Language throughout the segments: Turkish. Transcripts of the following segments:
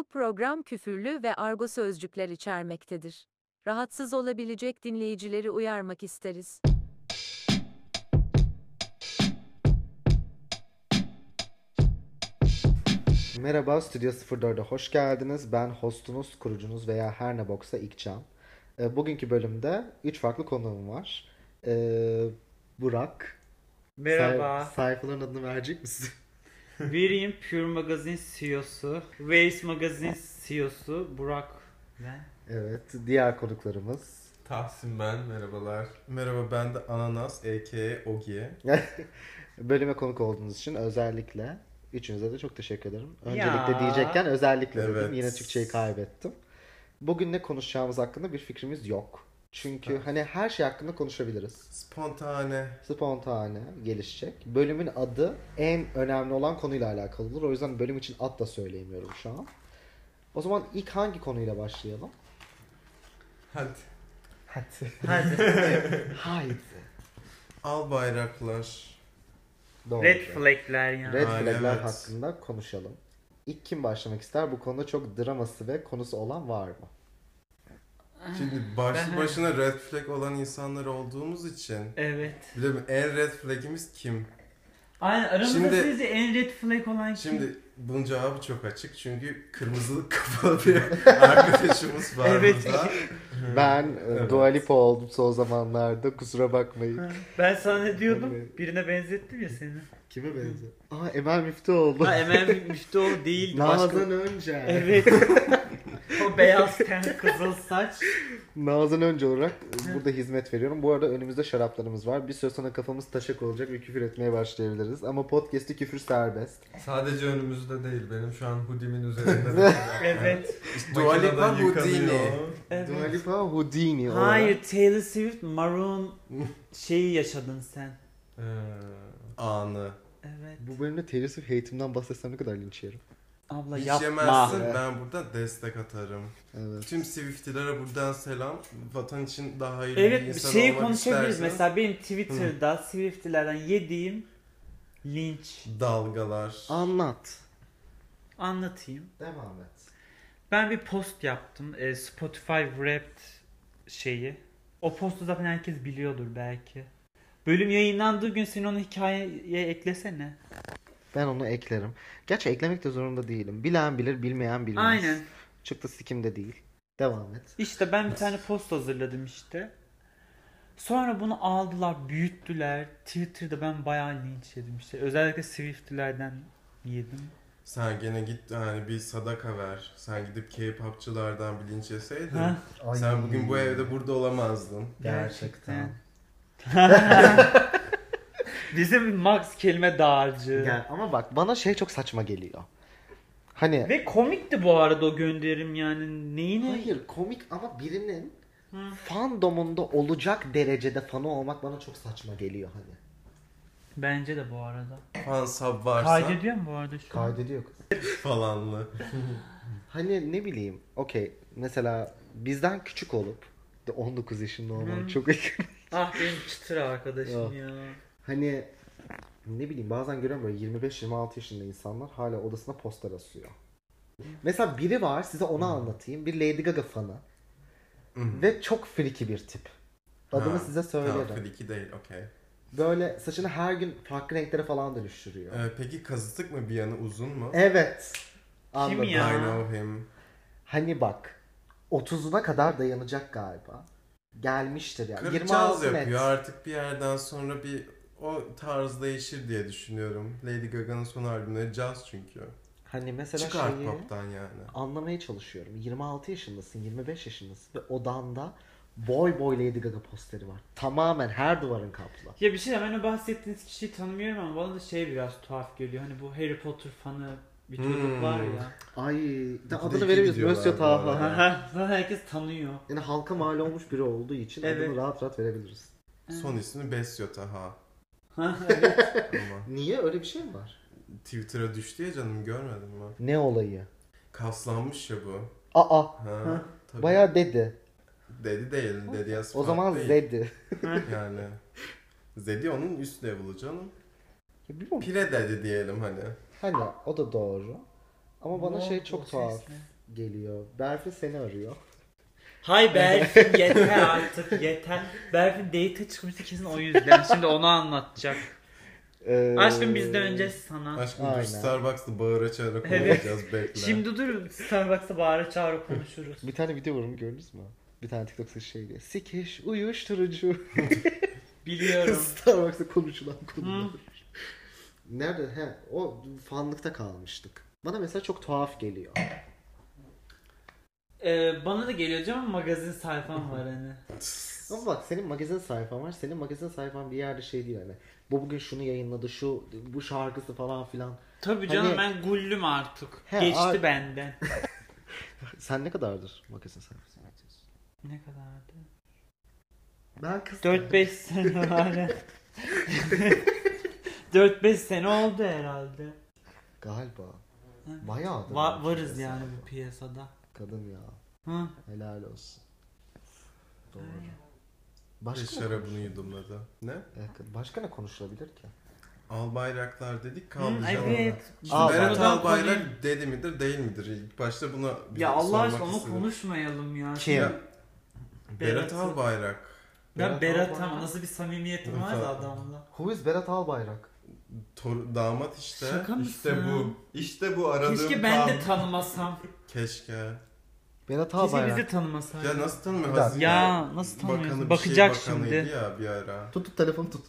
Bu program küfürlü ve argo sözcükler içermektedir. Rahatsız olabilecek dinleyicileri uyarmak isteriz. Merhaba, Stüdyo 04'e hoş geldiniz. Ben hostunuz, kurucunuz veya her ne boksa İkcan. Bugünkü bölümde 3 farklı konuğum var. Burak. Merhaba. Sayfaların adını verecek misin? Vereyim. Pure Magazine CEO'su, Waze Magazine CEO'su Burak ben. Evet, diğer konuklarımız. Tahsin ben, merhabalar. Merhaba, ben de Ananas a.k.a. Ogi. Bölüme konuk olduğunuz için özellikle üçünüze de çok teşekkür ederim. Öncelikle Ya. diyecekken özellikle dedim. Evet. Yine Türkçeyi kaybettim. Bugün ne konuşacağımız hakkında bir fikrimiz yok. Çünkü Evet. hani her şey hakkında konuşabiliriz. Spontane. Spontane gelişecek. Bölümün adı en önemli olan konuyla alakalıdır. O yüzden bölüm için ad da söyleyemiyorum şu an. O zaman ilk hangi konuyla başlayalım? Hadi. Hadi. Hadi. Al bayraklar. Doğru. Red flag'ler yani. Red Aynen, flag'ler evet. hakkında konuşalım. İlk kim başlamak ister? Bu konuda çok draması ve konusu olan var mı? Şimdi başlı başına red flag olan insanlar olduğumuz için Evet. bilmiyorum, en red flagimiz kim? Aynen, aramızda Şimdi- sizce en red flag olan kim? Şimdi bunun cevabı çok açık çünkü kırmızılı kafalı bir arkadaşımız var Evet. burada. Ben Evet. Dua Lipa oldum son zamanlarda. Kusura bakmayın. Ben sana ne diyordum? Evet. Birine benzettim ya seni. Kime benziyor? Aa, Emel Müftüoğlu. Ha, Emel Müftüoğlu değil. Başka... Nazan Önce. Evet. O beyaz ten, kızıl saç. Nazan Önce olarak burada hizmet veriyorum. Bu arada önümüzde şaraplarımız var. Bir süre sonra kafamız taşak olacak ve küfür etmeye başlayabiliriz. Ama podcast'te küfür serbest. Sadece önümüzde değil. Benim şu an hoodimin üzerinde de. Evet. Dua Lipa Makineden Houdini. yıkanıyor. Evet. Dua Lipa Houdini olarak. Hayır, Taylor Swift Maroon şeyi yaşadın sen. Anı. Evet. Bu bölümde Taylor Swift hate'imden bahsetsem ne kadar linç yerim. Abla Hiç yapma. yemezsin, Evet. ben burada destek atarım. Evet. Tüm Swiftlilere buradan selam. Vatan için daha iyi bir Evet, bir insan şeyi olmak konuşabiliriz. istersen, Mesela benim Twitter'da Swift'lilerden yediğim linç. dalgalar. Anlat. Anlatayım. Devam et. Ben bir post yaptım. Spotify Wrapped şeyi. O postu zaten herkes biliyordur belki. Bölüm yayınlandığı gün sen onu hikayeye eklesene. Ben onu eklerim. Gerçi eklemek de zorunda değilim. Bilen bilir, bilmeyen bilmez. Aynen. Çıktı sikimde değil. Devam et. İşte ben bir tane post hazırladım işte. Sonra bunu aldılar, büyüttüler. Twitter'da ben bayağı linç yedim işte. Özellikle Swift'lilerden yedim. Sen gene git hani bir sadaka ver. Sen gidip K-popçulardan bir linç yeseydin. Ha? Sen bugün bu evde burada olamazdın. Gerçekten. Bizim Max kelime dağarcığı. Gel, ama bak bana şey çok saçma geliyor. Hani Ve komikti bu arada o gönderim yani. Neyine? hayır komik ama birinin Hı. fandomunda olacak derecede fanı olmak bana çok saçma geliyor hani. Bence de bu arada. Fan sub varsa Kaydediyor mu bu arada şu an? Kaydediyor kız. falanlı. Hani ne bileyim okey mesela bizden küçük olup de 19 yaşında olan Hı. çok yakın. Ah benim çıtır arkadaşım ya. Hani ne bileyim bazen görüyorum böyle 25-26 yaşında insanlar hala odasına poster asıyor. Mesela biri var size onu anlatayım. Bir Lady Gaga fanı. Ve çok freaky bir tip. Adını size söylerim. Tamam, Fliki değil, okey. Böyle saçını her gün farklı renklere falan dönüştürüyor. Peki kazıtık mı, bir yanı uzun mu? Evet. Anladım. ya? I know him. Hani bak 30'una kadar dayanacak galiba. Gelmiştir yani. Karı caz 26 net. yapıyor artık, bir yerden sonra bir o tarz değişir diye düşünüyorum. Lady Gaga'nın son albümleri caz çünkü. Hani mesela Çıkar şeyi pop'tan yani. anlamaya çalışıyorum. 26 yaşındasın, 25 yaşındasın ve odanda boy boy Lady Gaga posteri var. Tamamen her duvarın kaplı. Ya bir şey ben o bahsettiğiniz kişiyi tanımıyorum ama bana da şey biraz tuhaf geliyor. Hani bu Harry Potter fanı bir çocuk var ya. Ay, de adını iki verebiliriz. gidiyorlar Monsieur bu arada. Taha. Zaten herkes tanıyor. Yani halka mal olmuş biri olduğu için Evet. adını rahat rahat verebiliriz. Son ismi Besyo Taha. Evet. Ama Niye? Öyle bir şey mi var? Twitter'a düştü ya canım, görmedin mi? Ne olayı? Kaslanmış ya bu. Aa, Ha, tabii. bayağı dedi. Dedi değil, dedi as O fuck zaman değil. Zedi. Yani. Zedi onun üst level'ı canım. Ya bilmiyorum. Pire dedi diyelim hani. Hani o da doğru. Ama bana Ne şey oldu o çok ses tuhaf ne? geliyor. Berfin seni arıyor. Hay Berfin yeter artık yeter. Berfin date çıkmıştı kesin o yüzden. Şimdi onu anlatacak. Aşkım biz döneceğiz sana. Aşkım Aynen. dur Starbucks'ta bağıra çağıra Evet. konuşacağız bekle. Şimdi dur Starbucks'ta bağıra çağıra konuşuruz. Bir tane video var, onu gördünüz mü? Bir tane TikTok'ta şey diye. Sikiş, uyuşturucu. Biliyorum. Starbucks'ta konuşulan konular. Nerede? O fanlıkta kalmıştık. Bana mesela çok tuhaf geliyor. Bana da geliyor canım ama magazin sayfam var hani. Ama bak, senin magazin sayfan var. Senin magazin sayfan bir yerde şey değil hani. Bu bugün şunu yayınladı, bu şarkısı falan filan. Tabii canım Hani- ben gullüm artık. He, Geçti benden. Sen ne kadardır magazin sayfası yapıyorsun? Ne kadardı? Ben kız. 4-5 sene hala. 4-5 sene oldu herhalde. Galiba. Bayağı da. Varız yani bu piyasada. Kadın ya. Hı. Helal olsun. Doğru. Bir Başka ne şarabını konuşulabilir? yudumladı. Ne? Başka ne konuşulabilir ki? Albayraklar dedik Hı, kaldı. evet. Berat Buradan Albayrak konuyu- dedi midir değil midir? İlk başta buna bir Ya Allah sormak aşkına onu istedim. konuşmayalım ya. Kim? Ya, Berat Berat'ı- Albayrak. Ben Berat Berat Albayrak. ama nasıl bir samimiyetim var da adamla. Who is Berat Albayrak? Damat işte. Şaka mısın? İşte bu. İşte bu aradığım Keşke ben de tam. tanımasam. Keşke. Berat Keşke Albayrak. bizi tanımasaydı. Ya nasıl tanımıyor? Bir dakika. Hazine Ya nasıl tanımıyorsun? Bakanı bir Bakacak şey bakanıydı şimdi. ya bir ara. Tut telefonu tut.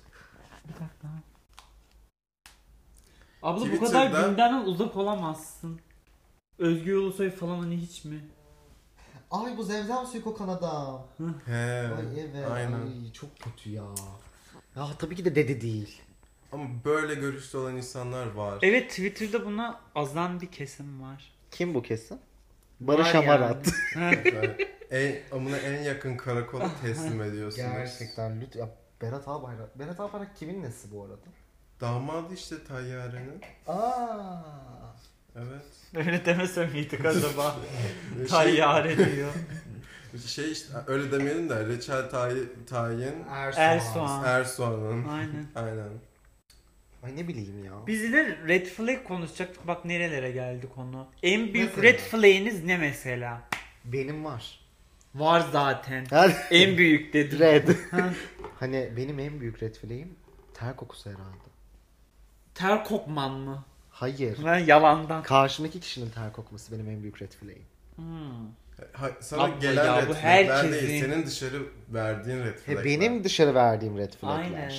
Abla bu Twitter'da- kadar gündemden uzak olamazsın. Özgür Ulusoy falan hani hiç mi? Ay bu zevzem suyu kokan adam. He. Ay evet. Aynen. Ay çok kötü ya. Ya tabii ki de dedi değil. Ama böyle görüşte olan insanlar var. Evet Twitter'da buna azan bir kesim var. Kim bu kesin? Barış Var yani. Amarat. Yani amına en yakın karakola teslim ediyorsunuz. Gerçekten lütfen. Ya Berat Albayrak. Berat Albayrak kimin nesi bu arada? Damadı işte Tayyare'nin. Aa. Evet. Öyle demese miydik acaba? Şey, Tayyare diyor. şey işte öyle demeyelim de Reçel Tayin Ersoğan. Ersoğan'ın. Aynen. Aynen. Ay ne bileyim ya. Biz yine red flag konuşacaktık. Bak nerelere geldi konu. En büyük Mesela? red flag'iniz ne mesela? Benim var. Var zaten. Hadi. En büyük dedim. Red. Ha. Hani benim en büyük red flag'im ter kokusu herhalde. Ter kokman mı? Hayır. Ben yalandan. Karşımdaki kişinin ter kokması benim en büyük red flag'im. Sana Abla gelen ya, red bu flag'ler herkesin- değil, senin dışarı verdiğin red flag'ler. Benim dışarı verdiğim red flag'ler. Aynen.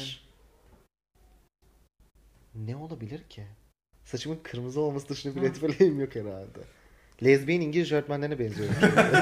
Ne olabilir ki? Saçımın kırmızı olması dışında bir red flag'im yok herhalde. Lezbiyen İngilizce öğretmenlerine benziyorum.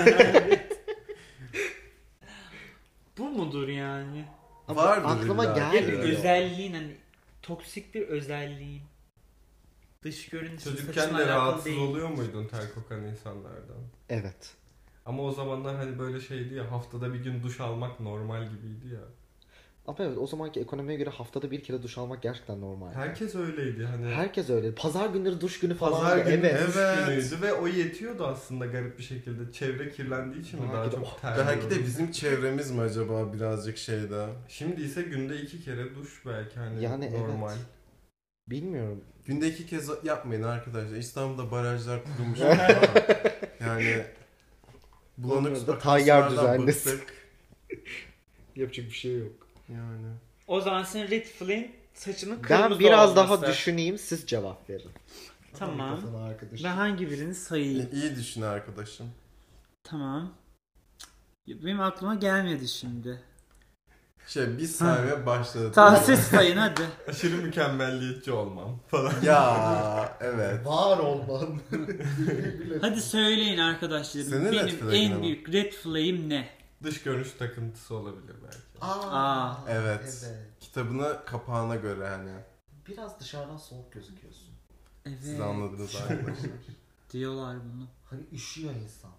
Bu mudur yani? Vardır aklıma illa ki. Ya bir gelmiyor. özelliğin hani toksik bir özelliğin. Dış görünüşün Çocukken saçınla de alakalı rahatsız değil. oluyor muydun ter kokan insanlardan? Evet. Ama o zamanlar hani böyle şeydi ya, haftada bir gün duş almak normal gibiydi ya. Ama evet, o zamanki ekonomiye göre haftada bir kere duş almak gerçekten normal. Herkes öyleydi hani. Herkes öyle. Pazar günleri duş günü falan. Pazar günü Evet. duş Evet. günüydü ve o yetiyordu aslında garip bir şekilde. Çevre kirlendiği için mi Belki daha de- çok terliyordu? Belki de bizim çevremiz mi acaba birazcık şeyde? Şimdi ise günde 2 kere duş belki hani Yani evet. normal. Bilmiyorum. Günde 2 kez yapmayın arkadaşlar. İstanbul'da barajlar kurulmuş. Yani bulanık Da tayyar akarsulardan düzenlesin. bıktık. Yapacak bir şey yok. Yani. O zaman senin red flag'in saçının kırmızı Ben biraz olması. daha düşüneyim, siz cevap verin. Tamam. Mikrofonu arkadaşım. Ben hangi birini sayayım? İyi düşün arkadaşım. Tamam. Benim aklıma gelmedi şimdi. Bir saymaya başladı. Tahsis sayın hadi. Aşırı mükemmelliyetçi olmam falan. Ya evet. Var olman. Hadi söyleyin arkadaşlarım. Senin red Benim flag'in en ama. büyük red flag'im ne? Dış görünüş takıntısı olabilir belki. Aa, Evet. Kitabına kapağına göre hani. Biraz dışarıdan soğuk gözüküyorsun. Evet. Siz anladınız arkadaşlar. Diyorlar bunu. Hani üşüyor insan.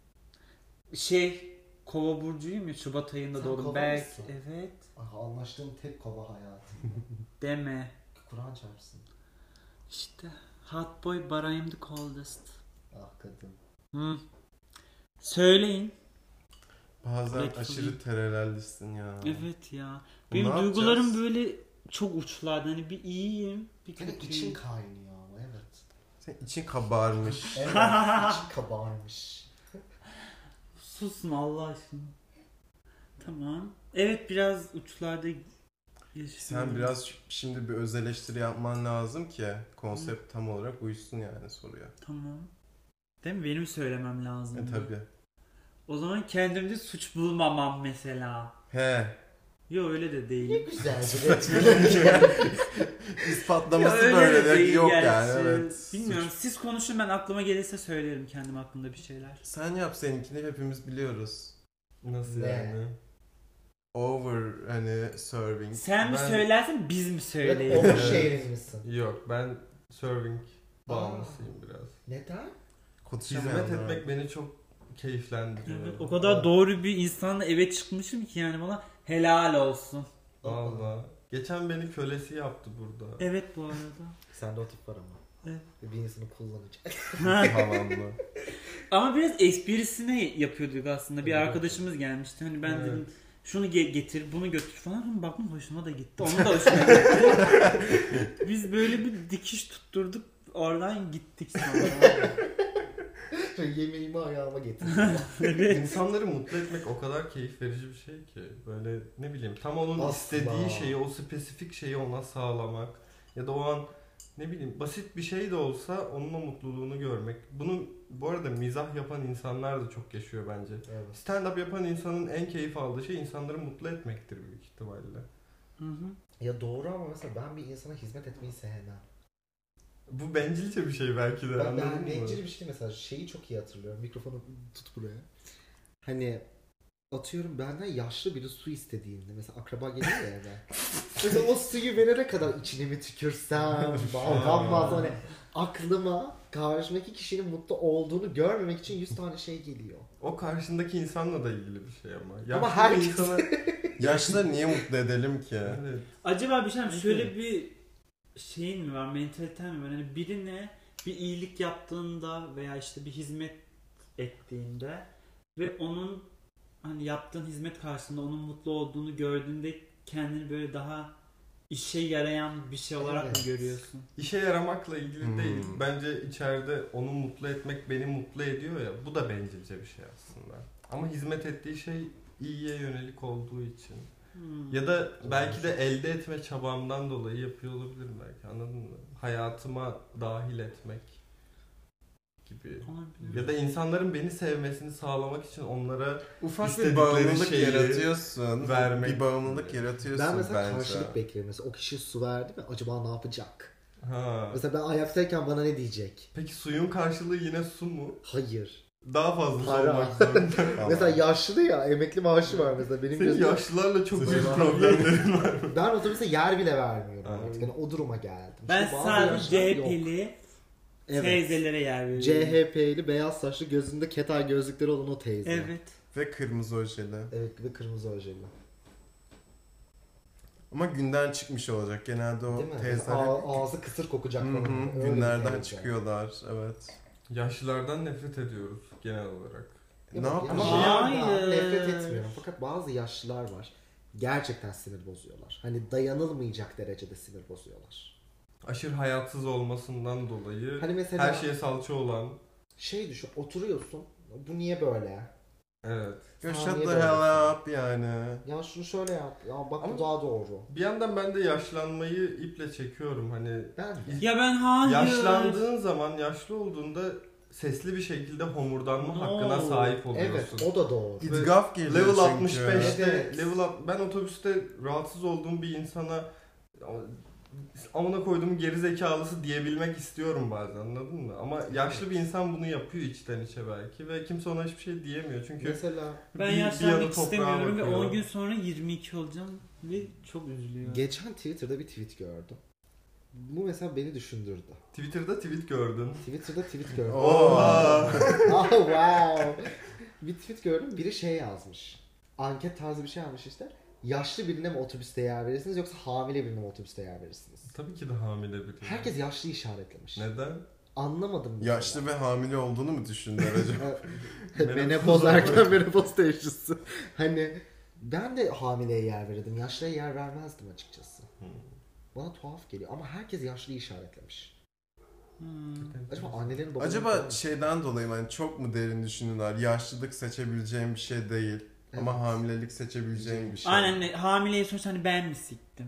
Kova burcuyum ya Şubat ayında Sen doğdum. kova Belki mısın? evet. Anlaştığım tek kova hayatım. Deme. Kur'an çarpsın. İşte hot boy but I'm the coldest. Ah kadın. Hı. Söyleyin. Bazen Red aşırı terelellisin ya. Evet ya. Ne Benim yapacağız? duygularım böyle çok uçlarda. Hani bir iyiyim, bir Senin için kötüyüm. kaynıyor ama evet. Senin için kabarmış. Evet, içi kabarmış. Susun Allah aşkına. Tamam. Evet biraz uçlarda yaşıyor. Sen biraz şimdi bir öz eleştiri yapman lazım ki konsept tam olarak uyuşsun yani soruya. Tamam. Değil mi? Benim söylemem lazım. Tabii. O zaman kendimde suç bulmamam mesela. He. Yok öyle de Ne değil. güzel bir etkileyici. İspatlaması Ya öyle böyle de de değil yok gerçi. yani. Evet. Bilmiyorum. Siz konuşun, ben aklıma gelirse söylerim kendim hakkında bir şeyler. Sen yap seninkini, hepimiz biliyoruz. Nasıl Ne? yani? Over hani serving. Sen mi Ben- söylersin biz mi Evet, söyleyelim? oversharing misin? Yok, ben serving bağımlısıyım biraz. Neden? Hizmet etmek beni çok keyiflendiriyor. Evet, o kadar doğru bir insanla eve çıkmışım ki yani bana helal olsun. Valla. Geçen beni kölesi yaptı burada. Evet bu arada. Sende o tip var ama. Evet. Bir insanı kullanacak. Tamamlı. Ama biraz esprisine yapıyorduk aslında. Bir Evet. arkadaşımız gelmişti. Hani ben Evet. dedim şunu getir, bunu götür falan. Ama baktım hoşuma da gitti. Onun da hoşuna gitti. Biz böyle bir dikiş tutturduk. Oradan gittik sonra. Yemeğimi ayağıma getirdim. Evet. İnsanları mutlu etmek o kadar keyif verici bir şey ki. Böyle ne bileyim tam onun Asla. istediği şeyi, o spesifik şeyi ona sağlamak. Ya da o an ne bileyim basit bir şey de olsa onun o mutluluğunu görmek. Bunu bu arada mizah yapan insanlar da çok yaşıyor bence. Evet. Stand-up yapan insanın en keyif aldığı şey insanları mutlu etmektir büyük ihtimalle. Hı hı. Ya doğru ama mesela ben bir insana hizmet etmeyi sevmem. Bu bencilce bir şey belki de, anladın Ben mı? bencil bir şey mesela şeyi çok iyi hatırlıyorum. Mikrofonu tut buraya. Hani atıyorum benden yaşlı biri su istediğinde mesela akraba geliyor ya eve. Mesela o suyu verene kadar içine mi tükürsem, balkanmaz hani aklıma karşımdaki kişinin mutlu olduğunu görmemek için 100 tane şey geliyor. O karşındaki insanla da ilgili bir şey ama. Ama Yaşlı herkes- bir insana... Yaşlıları niye mutlu edelim ki? Evet. Acaba bir şey mi? Şöyle bir şeyin mi var? Mentaliten mi var? Hani birine bir iyilik yaptığında veya işte bir hizmet ettiğinde ve onun hani yaptığın hizmet karşısında onun mutlu olduğunu gördüğünde kendini böyle daha işe yarayan bir şey olarak mı Evet. görüyorsun? İşe yaramakla ilgili Hmm. değil. Bence içeride onu mutlu etmek beni mutlu ediyor ya. Bu da bencilce bir şey aslında. Ama hizmet ettiği şey iyiye yönelik olduğu için. Hmm. Ya da belki de elde etme çabamdan dolayı yapıyor olabilirim belki, anladın mı? Hayatıma dahil etmek gibi. Olabilir. Ya da insanların beni sevmesini sağlamak için onlara Ufak bir İstedikleri bağımlılık şeyi yaratıyorsun. vermek. Bir bağımlılık yaratıyorsun Ben mesela bence. karşılık bekliyorum. Mesela o kişi su verdi mi acaba ne yapacak? ha. Mesela ben ayaktayken bana ne diyecek? Peki suyun karşılığı yine su mu? Hayır. Daha fazlası Para. olmak zorunda. Tamam. Mesela yaşlı ya emekli maaşı var mesela benim Senin gözümde. yaşlılarla çok büyük Sıçma. problemlerin var. Ben otobüse yer bile vermiyorum Evet. artık. Yani o duruma geldim. Ben İşte bazı sadece yaşlar yok. CHP'li Evet. teyzelere yer veriyorum. CHP'li beyaz saçlı gözünde ketay gözlükleri olan o teyze. Evet. Ve kırmızı ojeli. Evet ve kırmızı ojeli. Ama günden çıkmış olacak. Genelde o Değil mi? teyzeler Ağzı kısır kokacak Hı falan. hı, Öyle bir günlerden teyze. çıkıyorlar. Evet. Yaşlılardan nefret ediyoruz genel olarak. Evet, Ne yapmış? Ama Hayır. ben nefret etmiyorum. Fakat bazı yaşlılar var. Gerçekten sinir bozuyorlar. Hani dayanılmayacak derecede sinir bozuyorlar. Aşırı hayatsız olmasından dolayı Hani mesela her şeye salça olan. şey düşün, oturuyorsun. Bu niye böyle? Evet. Yo, Saniye shut the böyle. hell up yani. Ya şunu şöyle yap. Ya bak Ama- bu daha doğru. Bir yandan ben de yaşlanmayı iple çekiyorum. Hani Ben de. Ya ben hayır. yaşlandığın zaman, yaşlı olduğunda sesli bir şekilde homurdanma No. hakkına sahip oluyorsun. Evet o da doğru. İdgaf geliyor Level çünkü. 65'te Evet. ben otobüste rahatsız olduğum bir insana amına koyduğum geri zekalısı diyebilmek istiyorum bazen, anladın mı? Ama yaşlı bir insan bunu yapıyor içten içe belki ve kimse ona hiçbir şey diyemiyor çünkü Mesela Ben bir yanı yaşlanmak toprağa istemiyorum ve bakıyor. 10 gün sonra 22 olacağım ve çok üzülüyorum. geçen Twitter'da bir tweet gördüm. Bu mesela beni düşündürdü. Twitter'da tweet gördün. Twitter'da tweet gördüm. Oha. Oh wow. Bir tweet gördüm. Biri şey yazmış. Anket tarzı bir şey yazmış işte. Yaşlı birine mi otobüste yer verirsiniz yoksa hamile birine mi otobüste yer verirsiniz? Tabii ki de hamile biri. Herkes yaşlı işaretlemiş. Neden? Anlamadım. mesela. Yaşlı ve hamile olduğunu mu düşündüler acaba? Menopoz erken menopoz teşhisi. Hani ben de hamileye yer verirdim. Yaşlıya yer vermezdim açıkçası. Bana tuhaf geliyor ama herkes yaşlı işaretlemiş. Acaba annelerin babaların Acaba falan- şeyden dolayı hani çok mu derin düşünüyorlar? Yaşlılık seçebileceğim bir şey değil. Ama Evet. hamilelik seçebileceğim bir şey. Aynen hamileyi sorsan hani ben mi siktim?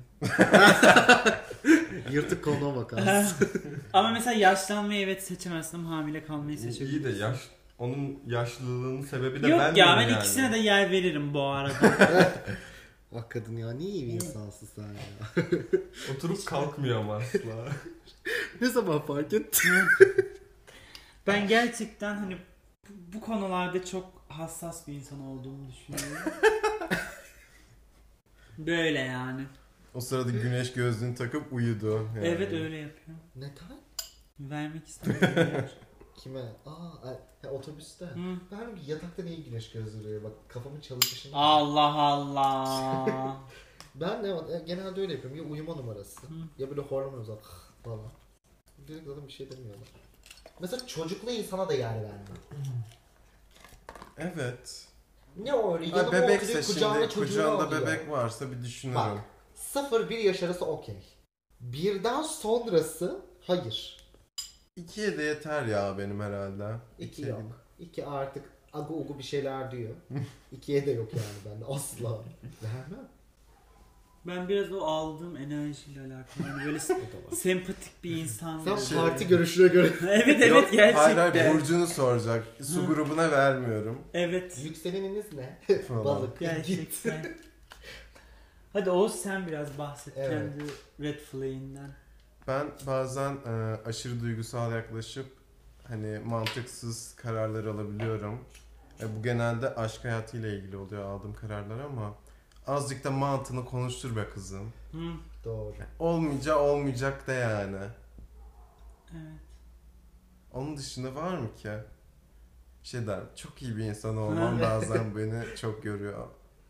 Yırtık konuğa bakarsın. Ama mesela yaşlanmayı evet seçemezsin ama hamile kalmayı İyi de seçebilirsin. onun yaşlılığının sebebi de Yok ben ya miyim ben yani? ikisine de yer veririm bu arada. Ah kadın ya, ne iyi bir insansın sen ya. Oturup kalkmıyor ama asla. Ne zaman fark ettin? Ben gerçekten hani bu konularda çok hassas bir insan olduğumu düşünüyorum. Böyle yani. O sırada güneş gözlüğünü takıp uyudu. Yani. Evet öyle yapıyor. Neden? Vermek istedim. Kime? Otobüste. Hı. Ben bir yatakta niye güneş gözlüğü? Bak kafamın çalışışını. Allah Allah. Ben genelde öyle yapıyorum. Ya uyuma numarası. Hı. Ya böyle hormon uzak falan. Direkt zaten bir şey demiyorlar. Mesela çocuklu insana da yer vermem. Evet. Ne o öyle? Ha, Yanıma bebekse oturuyor kucağına şimdi çocuğunu kucağında alıyor. bebek varsa bir düşünürüm. Bak 0-1 yaş arası okey. Birden sonrası hayır. 2'ye de yeter ya benim herhalde. 2 İkiye yok. 2 artık agu ugu bir şeyler diyor. 2'ye de yok yani bende asla. Vermem. Ben biraz o aldığım enerjiyle alakalı. Yani böyle sempatik bir insan. Sen böyle. parti görüşüne göre. Evet Yok, gerçekten. hayır Burcu'nu soracak. Su grubuna vermiyorum. Evet. Yükseleniniz ne? Falan. Balık. Git. Gerçekten. Hadi Oğuz sen biraz bahset Evet. kendi red flag'inden. Ben bazen aşırı duygusal yaklaşıp hani mantıksız kararlar alabiliyorum. Bu genelde aşk hayatıyla ilgili oluyor aldığım kararlar ama azıcık da mantığını konuştur be kızım. Hı. Doğru. Olmayacak da yani. Evet. Onun dışında var mı ki? Şey der, çok iyi bir insan olmam bazen beni çok yoruyor.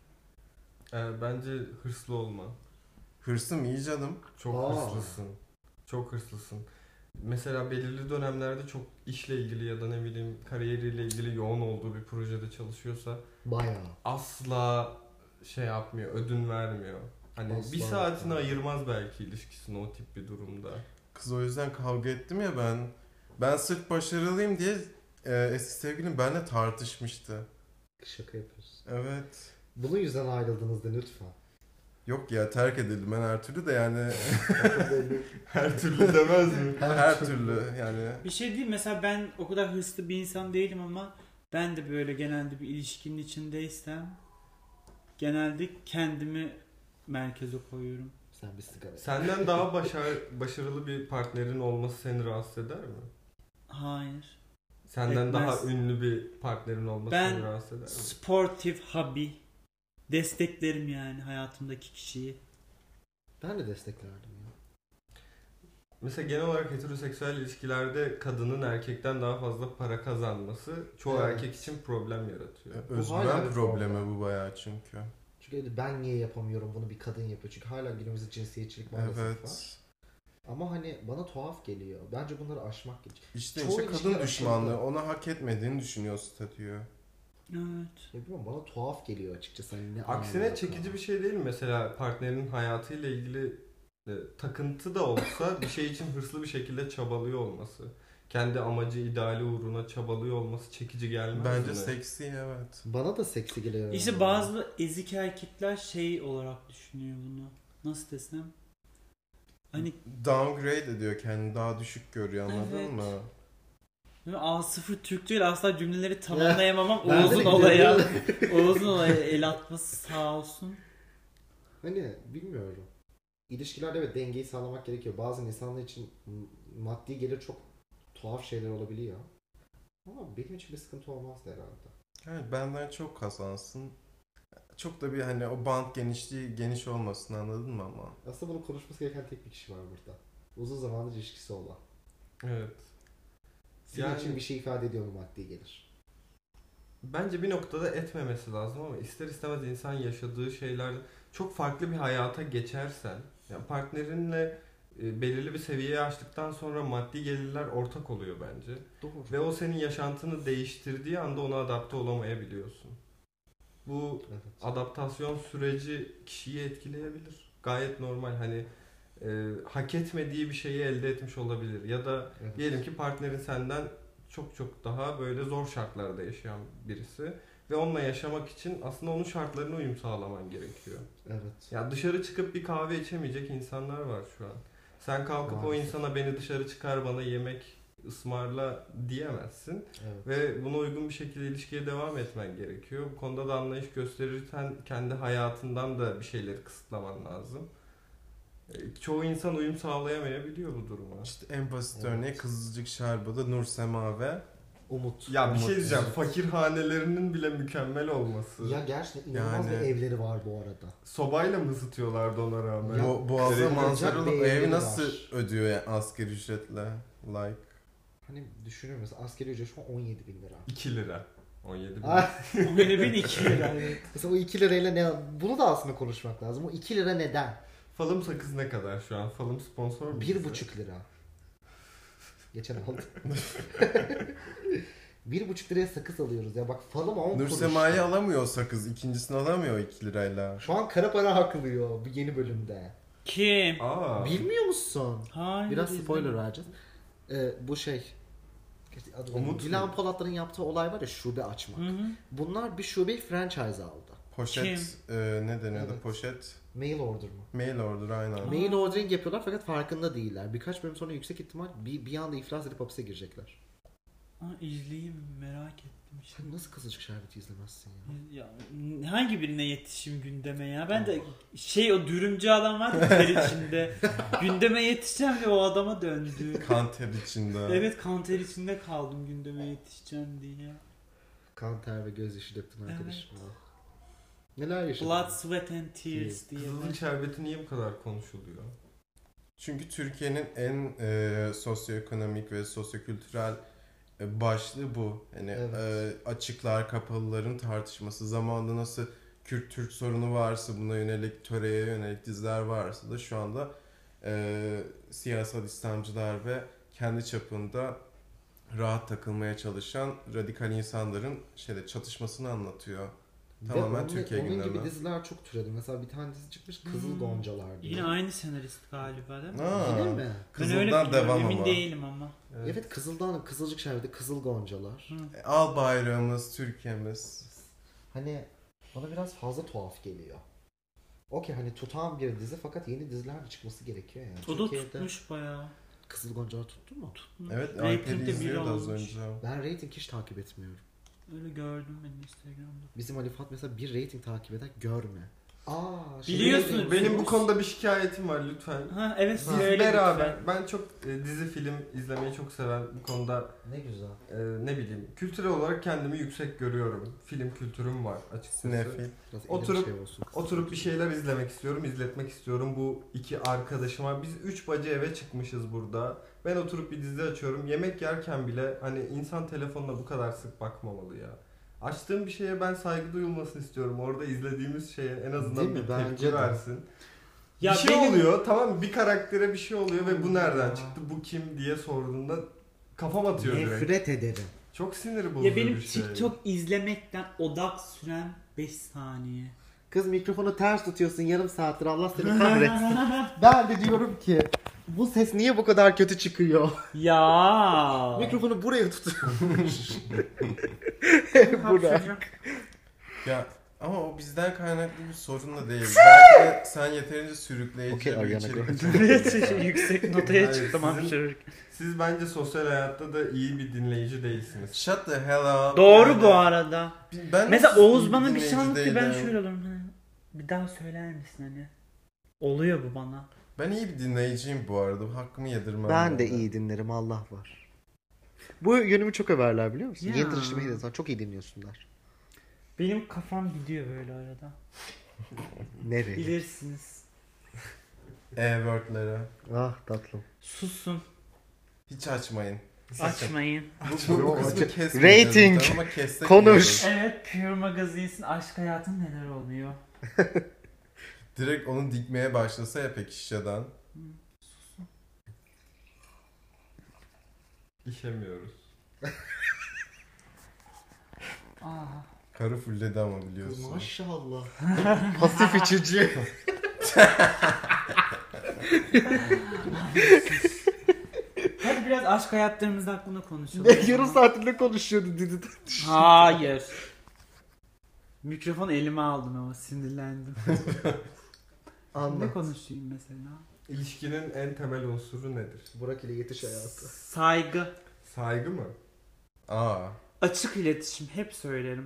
Bence hırslı olma. Hırsım iyi canım. Çok hırslısın. Çok hırslısın. Mesela belirli dönemlerde çok işle ilgili ya da ne bileyim kariyeriyle ilgili yoğun olduğu bir projede çalışıyorsa Bayağı. asla şey yapmıyor, ödün vermiyor. Hani Asla bir saatini yapmıyor. ayırmaz belki ilişkisine o tip bir durumda. Kız o yüzden kavga ettim ya ben. Ben sırf başarılıyım diye eski sevgilim benimle tartışmıştı. Şaka yapıyorsun. Evet. Bunun yüzden ayrıldınız da lütfen. Yok ya terk edildim ben her türlü de yani Her türlü demez mi? her türlü yani. Bir şey değil mesela ben o kadar hırslı bir insan değilim ama ben de böyle genelde bir ilişkinin içindeysem genelde kendimi merkeze koyuyorum. Sen bir sigara. Senden daha başarılı bir partnerin olması seni rahatsız eder mi? Hayır. Senden Etmez. daha ünlü bir partnerin olması Ben seni rahatsız eder mi? sportif hobby desteklerim yani hayatımdaki kişiyi. Ben de desteklerdim ya. Mesela genel olarak heteroseksüel ilişkilerde kadının erkekten daha fazla para kazanması çoğu Evet. erkek için problem yaratıyor. hala Özgüven bir problemi problem. bu bayağı çünkü. Çünkü ben niye yapamıyorum bunu bir kadın yapıyor. Çünkü hala günümüzde cinsiyetçilik maalesef var. Evet. Ama hani bana tuhaf geliyor. Bence bunları aşmak gerekiyor. İşte Çoğu işte ilişkiler kadın düşmanlığı aşıldı. ona hak etmediğini düşünüyor statüyü. Evet. Ne bileyim bana tuhaf geliyor açıkçası. Hani ne Aksine alaka? çekici bir şey değil mi? Mesela partnerinin hayatıyla ilgili takıntı da olsa bir şey için hırslı bir şekilde çabalıyor olması. Kendi amacı, ideali uğruna çabalıyor olması çekici gelmez Bence mi? seksi evet. Bana da seksi geliyor. İşte bazı ezik erkekler şey olarak düşünüyor bunu. Nasıl desem? Hani Downgrade ediyor kendini daha düşük görüyor anladın Evet. mı? A0 Türk değil asla cümleleri tamamlayamamam Ben de Oğuz'un gidiyorum. olaya. Oğuz'un olaya el atması sağ olsun. Hani bilmiyorum. İlişkilerde evet dengeyi sağlamak gerekiyor. Bazı insanlar için maddi gelir çok tuhaf şeyler olabiliyor. Ama benim için bir sıkıntı olmazdı herhalde. Evet benden çok kazansın. Çok da bir hani o band genişliği geniş olmasın anladın mı ama? Aslında bunu konuşması gereken tek bir kişi var burada. Uzun zamandır ilişkisi olan. Evet. Senin Yani- için bir şey ifade ediyor mu maddi gelir? Bence bir noktada etmemesi lazım ama ister istemez insan yaşadığı şeyler çok farklı bir hayata geçersen yani partnerinle belirli bir seviyeye aştıktan sonra maddi gelirler ortak oluyor bence. Doğru. Ve o senin yaşantını değiştirdiği anda ona adapte olamayabiliyorsun. Bu Evet. adaptasyon süreci kişiyi etkileyebilir. Gayet normal hani hak etmediği bir şeyi elde etmiş olabilir. Ya da Evet. diyelim ki partnerin senden çok çok daha böyle zor şartlarda yaşayan birisi ve onunla yaşamak için aslında onun şartlarına uyum sağlaman gerekiyor. Evet. Ya dışarı çıkıp bir kahve içemeyecek insanlar var şu an. Sen kalkıp o Maalesef. insana beni dışarı çıkar bana yemek ısmarla diyemezsin. Evet. Ve buna uygun bir şekilde ilişkiye devam etmen gerekiyor. Bu konuda da anlayış gösterirken kendi hayatından da bir şeyleri kısıtlaman lazım. Çoğu insan uyum sağlayamayabiliyor bu duruma. İşte en basit Evet. örneği Kızılcık Şerba'da Nur Sema ve Umut. Ya bir Umut. şey diyeceğim. Fakir hanelerinin bile mükemmel olması. Ya gerçekten inanılmaz Yani- bir evleri var bu arada. Sobayla mı ısıtıyorlardı ona rağmen? Ya, bu Boğaz'a Direkt manzaralı bir ev evleri nasıl var. ödüyor yani asgari ücretle? Like. Hani düşünüyorum mesela asgari ücret şu an 17 bin lira. 2 lira. 17 bin. Ah, Benim 2 lira. mesela o 2 lirayla ne... Bunu da aslında konuşmak lazım. O 2 lira neden? Falım sakız ne kadar şu an? Falım sponsor mu? bize? 1,5 lira. Geçen aldım. 1,5 liraya sakız alıyoruz ya. Bak falım 10 Nur kuruş. Sema'yı alamıyor o sakız. İkincisini alamıyor 2 lirayla. Şu an kara para haklıyor bu yeni bölümde. Kim? Aa. Bilmiyor musun? Hayır. Biraz spoiler izlemedim. vereceğiz. Bu şey... Umut Dilan mu? Polatların yaptığı olay var ya şube açmak. Hı hı. Bunlar bir şubeyi franchise aldı. Poşet ne deniyordu? Evet. Poşet. Mail order mı? Mail order aynen. Mail ordering yapıyorlar fakat farkında değiller. Birkaç bölüm sonra yüksek ihtimal bir anda iflas edip hapise girecekler. İzleyeyim merak ettim. Işte. Sen nasıl Kızılcık Şerbeti izlemezsin ya? Ya, hangi birine yetişeyim gündeme ya? Ben de o dürümcü adam var ya ter içinde. Gündeme yetişeceğim ve o adama döndü. Kan ter içinde. Evet kan ter içinde kaldım gündeme yetişeceğim diye. Kan ter ve gözyaşı döktün arkadaşım. Neler yaşadın? Blood, sweat and tears diye. Kızılcık şerbeti niye bu kadar konuşuluyor? Çünkü Türkiye'nin en sosyoekonomik ve sosyokültürel başlığı bu. Yani Evet. açıklar, kapalıların tartışması. Zamanında nasıl Kürt-Türk sorunu varsa, buna yönelik, töreye yönelik diziler varsa da şu anda siyasal İslamcılar ve kendi çapında rahat takılmaya çalışan radikal insanların çatışmasını anlatıyor. Tamamen Ve Türkiye onun gibi gündemi. diziler çok türedi. Mesela bir tane dizi çıkmış Kızıl Goncalar diye. Yine aynı senarist galiba değil mi? Aa, Yine mi? Ben öyle Kızıl'dan biliyorum, devam emin ama. değilim ama. Evet Kızıl'dan Kızılcık Şerbeti Kızıl Goncalar. Hı. Al bayrağımız, Türkiye'miz. Hani bana biraz fazla tuhaf geliyor. Okey hani tutan bir dizi fakat yeni diziler de çıkması gerekiyor yani. O da Türkiye'de tutmuş bayağı. Kızıl Goncalar tuttu mu? Evet, Rating'de Alper'i biri izliyordu az olmuş. önce. Ben rating hiç takip etmiyorum. Öyle gördüm ben Instagram'da. Bizim Ali Fuat mesela bir rating takip eder görme. Biliyorsun, Benim bu konuda bir şikayetim var lütfen. Ha evet Biz söyle beraber, lütfen. ben çok dizi film izlemeyi çok seven bu konuda Ne güzel. ne bileyim kültürel olarak kendimi yüksek görüyorum. Film kültürüm var açıkçası. Sinefil. Biraz Oturup- elim şey olsun. Oturup bir şeyler izlemek istiyorum, izletmek istiyorum bu iki arkadaşıma. Biz 3 bacı eve çıkmışız burada. Ben oturup bir dizi açıyorum. Yemek yerken bile hani insan telefonuna bu kadar sık bakmamalı ya. Açtığım bir şeye ben saygı duyulmasını istiyorum. Orada izlediğimiz şeye en azından Değil mi? bir Bence tepki de. versin. Ya bir şey benim- oluyor tamam mı? Bir karaktere bir şey oluyor ve bu nereden Ya. çıktı, bu kim diye sorduğunda kafam atıyor direkt. Nefret ederim. Çok sinir bozucu Ya benim bir şey. TikTok izlemekten odak süren 5 saniye. Kız mikrofonu ters tutuyorsun yarım saattir Allah seni kahretsin. Ben de diyorum ki bu ses niye bu kadar kötü çıkıyor? Ya. Mikrofonu buraya tutuyormuş. Burak. Ya ama o bizden kaynaklı bir sorun da değil. Belki de sen yeterince sürükleyici Okey, bir Ariana içerik. Grande. Yüksek notaya Hayır, çıktım sizin- hapşırırken. Siz bence sosyal hayatta da iyi bir dinleyici değilsiniz. Shut the hell up. Doğru Yani bu arada. Ben Mesela nasıl iyi Oğuz bana bir şey dinleyici anlattı ben değilim? şöyle olurum. Bir daha söyler misin hani? Oluyor bu bana. Ben iyi bir dinleyiciyim bu arada. Hakkımı yedirmem. Ben de iyi dinlerim Allah var. Bu yönümü çok överler biliyor musun? Ya. Yeni tanıştığım insan çok iyi dinliyorsunlar. Benim kafam gidiyor böyle arada. Nereye? Bilirsiniz. E-word'leri. Ah tatlım. Susun. Hiç açmayın. Açmayın. Bu kısmı Rating. kesmeyeceğiz ama kessek Konuş. iyi olur. Evet Pure Magazine'sin aşk hayatın neler oluyor? Direkt onu dikmeye başlasa ya pek şişeden. İşemiyoruz. Aa. Karı fulledi ama biliyorsun. Maşallah. Pasif içici. Hadi biraz aşk hayatlarımız hakkında konuşalım. Yarım saattir ne konuşuyordu Didi? Hayır. Mikrofon elime aldım ama sinirlendim. Ne Anlat. konuşayım mesela? İlişkinin en temel unsuru nedir? Burak ile yetiş hayatı. Saygı. Saygı mı? Aa. Açık iletişim. Hep söylerim.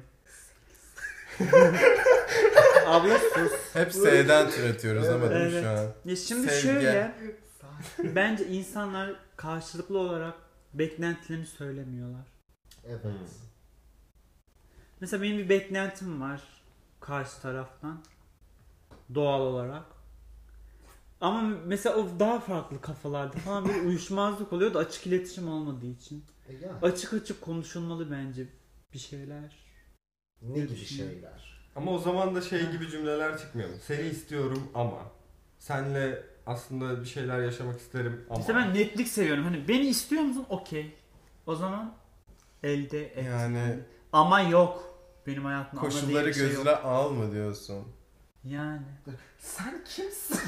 Abla sus. Hep S'den türetiyoruz ama değil mi Evet. şu an? Ya şimdi Sevgi. şöyle. Bence insanlar karşılıklı olarak beklentilerini söylemiyorlar. Evet. Mesela benim bir beklentim var karşı taraftan. Doğal olarak. Ama mesela o daha farklı kafalarda falan bir uyuşmazlık oluyor da açık iletişim olmadığı için. Yani. Açık açık konuşulmalı bence bir şeyler. Ne gibi şeyler? Ama o zaman da şey gibi cümleler çıkmıyor mu? Seni istiyorum ama. Senle aslında bir şeyler yaşamak isterim ama. İşte ben netlik seviyorum. Hani beni istiyor musun? Okey. O zaman elde et. Yani Ama yok. Benim hayatımda ama diye koşulları bir şey gözüne yok. alma diyorsun. Yani. Sen kimsin?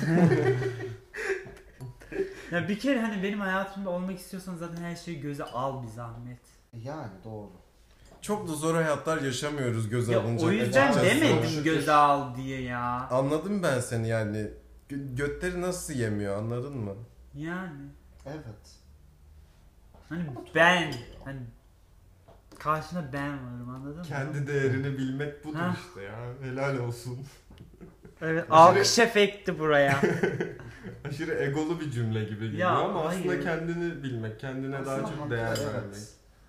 Ya bir kere hani benim hayatımda olmak istiyorsan zaten her şeyi göze al bir zahmet. Yani doğru. Çok da zor hayatlar yaşamıyoruz göze Ya alınacak. o yüzden açıkçası. demedim göze al diye ya. Anladım ben seni yani. Götleri nasıl yemiyor anladın mı? Yani. Evet. Hani ben. Hani karşında ben varım anladın mı? Kendi değerini bilmek budur Ha. işte ya. Helal olsun. Evet, alkış efekti buraya. Aşırı egolu bir cümle gibi geliyor Ya, ama aslında hayır. kendini bilmek, kendine daha Aslında çok haklı, değer evet. vermek.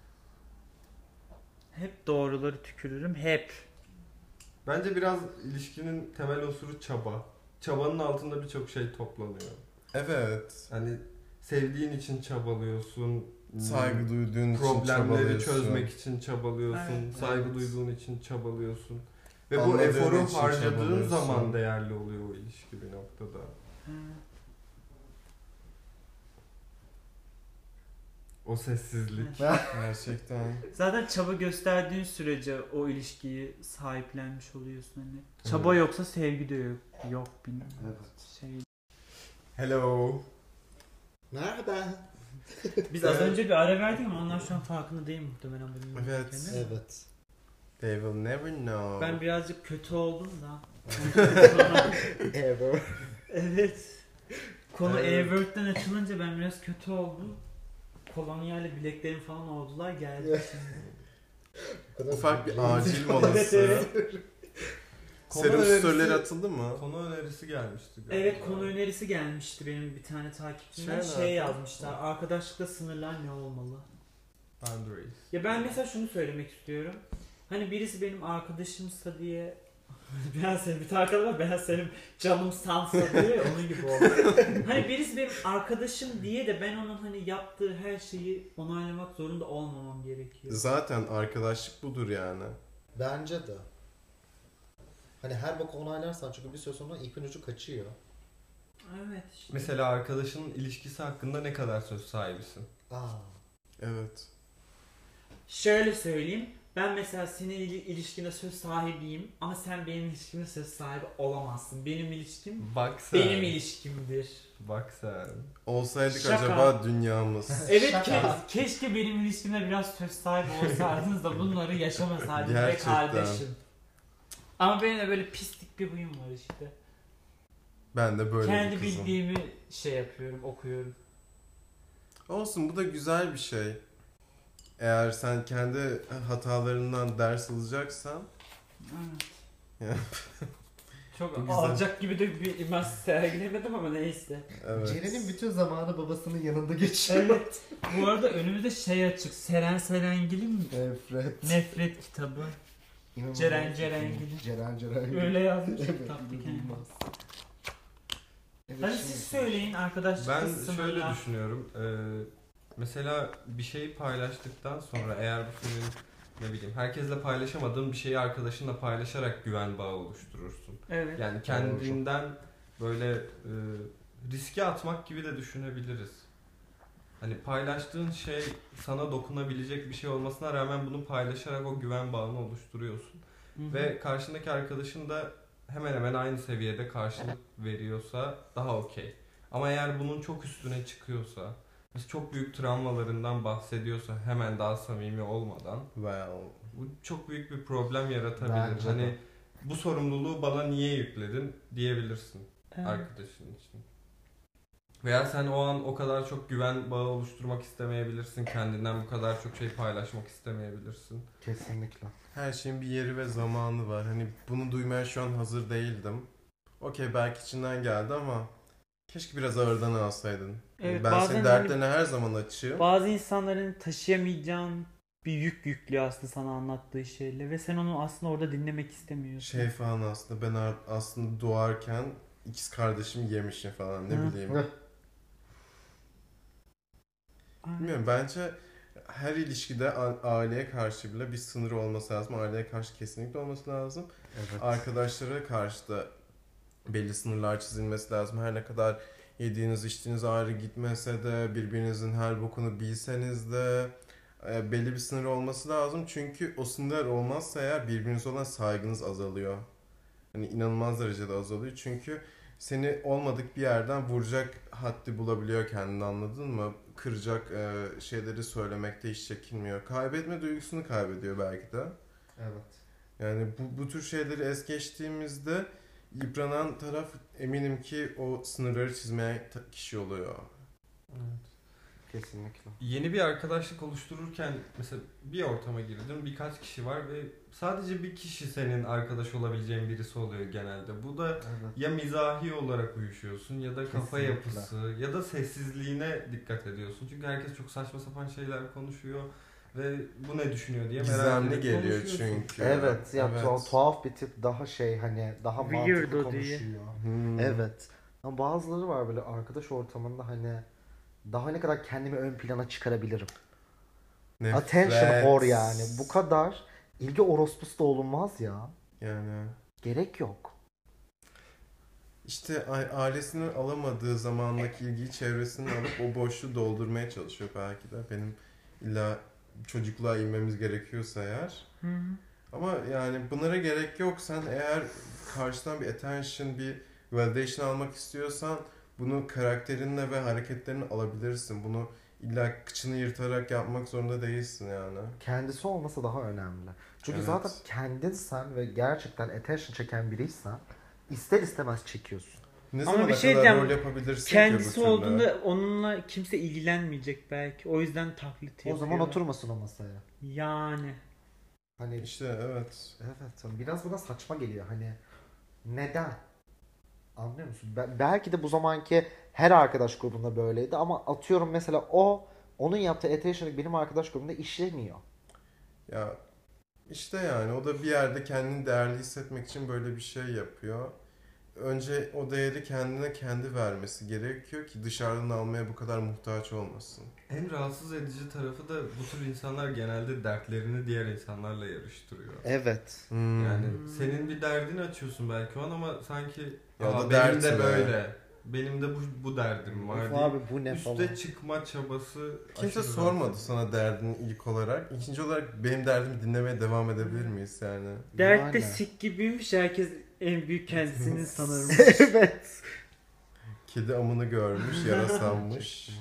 Hep doğruları tükürürüm. Hep. Bence biraz ilişkinin temel unsuru çaba. Çabanın altında birçok şey toplanıyor. Evet. Hani sevdiğin için çabalıyorsun. Saygı duyduğun için Problemleri çabalıyorsun. çözmek için çabalıyorsun. Evet, saygı evet. duyduğun için çabalıyorsun. Ve bu Anladığın eforu için harcadığın çabalıyorsun. zaman değerli oluyor o ilişki bir noktada. Ha. O sessizlik. Gerçekten. Zaten çaba gösterdiğin sürece o ilişkiyi sahiplenmiş oluyorsun hani. Çaba yoksa sevgi de yok. Yok bilmiyorum. Evet. Şey. Hello. Merhaba. Biz az önce bir ara verdik ama onlar şu an farkında değil muhtemelen bunun. Evet. kendine. Evet. They will never know. Ben birazcık kötü oldum da. Ever. Evet. Konu Evet. E-Word'den açılınca ben biraz kötü oldum. Kolonyayla bileklerim falan oldular geldi şimdi. Ufak bir acil molası. Evet, Konu Serum önerisi- storyleri atıldı mı? Konu önerisi gelmişti galiba. Evet konu önerisi gelmişti benim bir tane takipçimden. Şey Şey mi? yazmışlar. Arkadaşlıkta sınırlar ne olmalı? Boundaries. Ya ben mesela şunu söylemek istiyorum. Hani birisi benim arkadaşımsa diye ben senin bir tane arkadaş var ben senin canım sansa diye ya, onun gibi oldu. Hani birisi benim arkadaşım diye de ben onun hani yaptığı her şeyi onaylamak zorunda olmamam gerekiyor. Zaten arkadaşlık budur yani. Bence de. Hani her boku onaylarsan çünkü bir süre sonra ipin ucu kaçıyor. Evet işte. Mesela arkadaşının ilişkisi hakkında ne kadar söz sahibisin? Aa. Evet. Şöyle söyleyeyim. Ben mesela senin ilişkine söz sahibiyim ama sen benim ilişkimde söz sahibi olamazsın. Benim ilişkim Bak sen. benim ilişkimdir. Bak sen. Olsaydık Şaka. acaba dünyamız. Evet Şaka. keşke benim ilişkimde biraz söz sahibi olsaydınız da bunları yaşamasaydınız be Gerçekten. kardeşim. Ama benim de böyle pislik bir huyum var işte. Ben de böyle Kendi bir kızım. bildiğimi şey yapıyorum, okuyorum. Olsun bu da güzel bir şey. Eğer sen kendi hatalarından ders alacaksan Evet. Çok Bu güzel. alacak gibi de bir imaj sergilemedim ama neyse. evet. Ceren'in bütün zamanı babasının yanında geçiyor. Evet. Bu arada önümüzde şey açık. Seren Serengil'in Nefret. Nefret kitabı. İnanılmaz. Ceren Cerengil. Ceren. Öyle yazmış Evet, kitapta kendine. inanılmaz. Evet, Hadi şimdi- siz söyleyin arkadaşlık Ben kısmında. şöyle düşünüyorum. Mesela bir şeyi paylaştıktan sonra eğer bu senin ne bileyim herkesle paylaşamadığın bir şeyi arkadaşınla paylaşarak güven bağı oluşturursun. Evet. Yani kendinden böyle riske atmak gibi de düşünebiliriz. Hani paylaştığın şey sana dokunabilecek bir şey olmasına rağmen bunu paylaşarak o güven bağını oluşturuyorsun. Hı-hı. Ve karşındaki arkadaşın da hemen hemen aynı seviyede karşılık veriyorsa daha okey. Ama eğer bunun çok üstüne çıkıyorsa, mesela çok büyük travmalarından bahsediyorsa hemen daha samimi olmadan, Well, bu çok büyük bir problem yaratabilir. Bence de. Hani bu sorumluluğu bana niye yükledin diyebilirsin Evet. arkadaşın için. Veya sen o an o kadar çok güven bağı oluşturmak istemeyebilirsin. Kendinden bu kadar çok şey paylaşmak istemeyebilirsin. Kesinlikle. her şeyin bir yeri ve zamanı var. Hani bunu duymaya şu an hazır değildim. Okey, belki içinden geldi ama keşke biraz ağırdan alsaydın. Evet, Ben bazen senin hani- dertlerine her zaman açığım. Bazı insanların taşıyamayacağın bir yük yüklüyor aslında sana anlattığı şeyle ve sen onu aslında orada dinlemek istemiyorsun. Şey falan aslında ben aslında doğarken ikiz kardeşimi yemişim falan, ne Hı. bileyim. Aynen. Bilmiyorum, bence her ilişkide aileye karşı bile bir sınır olması lazım. Aileye karşı kesinlikle olması lazım. Evet. Arkadaşlara karşı da belli sınırlar çizilmesi lazım. Her ne kadar yediğiniz içtiğiniz ayrı gitmese de, birbirinizin her bokunu bilseniz de belli bir sınır olması lazım. Çünkü o sınırlar olmazsa eğer birbirinize olan saygınız azalıyor. Hani inanılmaz derecede azalıyor. Çünkü seni olmadık bir yerden vuracak haddi bulabiliyor kendini, anladın mı? Kıracak şeyleri söylemekte hiç çekinmiyor. Kaybetme duygusunu kaybediyor belki de. Evet. Yani bu tür şeyleri es geçtiğimizde yıpranan taraf eminim ki o sınırları çizmeye kişi oluyor. Kesinlikle. Yeni bir arkadaşlık oluştururken mesela bir ortama girdin, birkaç kişi var ve sadece bir kişi senin arkadaş olabileceğin birisi oluyor genelde. Bu da Evet. ya mizahi olarak uyuşuyorsun ya da kafa Kesinlikle. yapısı ya da sessizliğine dikkat ediyorsun. Çünkü herkes çok saçma sapan şeyler konuşuyor ve bu ne düşünüyor diye merak Gizemli edip geliyor konuşuyorsun. çünkü. Evet. Ya Evet. tuhaf bir tip, daha şey, hani daha Weirdo mantıklı diye. konuşuyor. Hmm. Evet. Ama bazıları var böyle arkadaş ortamında, hani daha ne kadar kendimi ön plana çıkarabilirim. Nefret. Attention whore yani. Bu kadar ilgi orospusu da olunmaz ya. Yani Gerek yok. işte ailesinin alamadığı zamandaki ilgiyi çevresinin alıp o boşluğu doldurmaya çalışıyor belki de. Benim illa çocukluğa inmemiz gerekiyorsa eğer. Hı hı. Ama yani bunlara gerek yok. Sen eğer karşıdan bir attention, bir validation almak istiyorsan bunu karakterinle ve hareketlerinle alabilirsin. Bunu illa kıçını yırtarak yapmak zorunda değilsin yani. Kendisi olması daha önemli. Çünkü Evet. zaten kendinsen ve gerçekten attention çeken biriysen ister istemez çekiyorsun. Ne Ama zamana bir şey kadar diyeceğim. rol yapabilirsin ki Kendisi bu türlü? olduğunda onunla kimse ilgilenmeyecek belki. O yüzden taklit yapıyor. O zaman oturmasın o masaya. Yani. Hani İşte evet. evet, biraz buna saçma geliyor. Hani neden? Anlıyor musun? Belki de bu zamanki her arkadaş grubunda böyleydi ama atıyorum mesela onun yaptığı attention benim arkadaş grubumda işlemiyor. Ya işte yani o da bir yerde kendini değerli hissetmek için böyle bir şey yapıyor. Önce o değeri kendine kendi vermesi gerekiyor ki dışarıdan almaya bu kadar muhtaç olmasın. En rahatsız edici tarafı da bu tür insanlar genelde dertlerini diğer insanlarla yarıştırıyor. Evet. Yani senin bir derdini açıyorsun belki o an ama sanki Ya da benim dert de ne?" böyle. Benim de bu derdim var Of diye. abi bu ne Üste falan. çıkma çabası Kimse aşırı sormadı rahatsız. sana derdini ilk olarak. İkinci olarak benim derdimi dinlemeye devam edebilir miyiz yani? Dert de Yani. sik gibiymiş. Herkes en büyük kendisini sanırmış. Evet. Kedi amını görmüş, yarasanmış.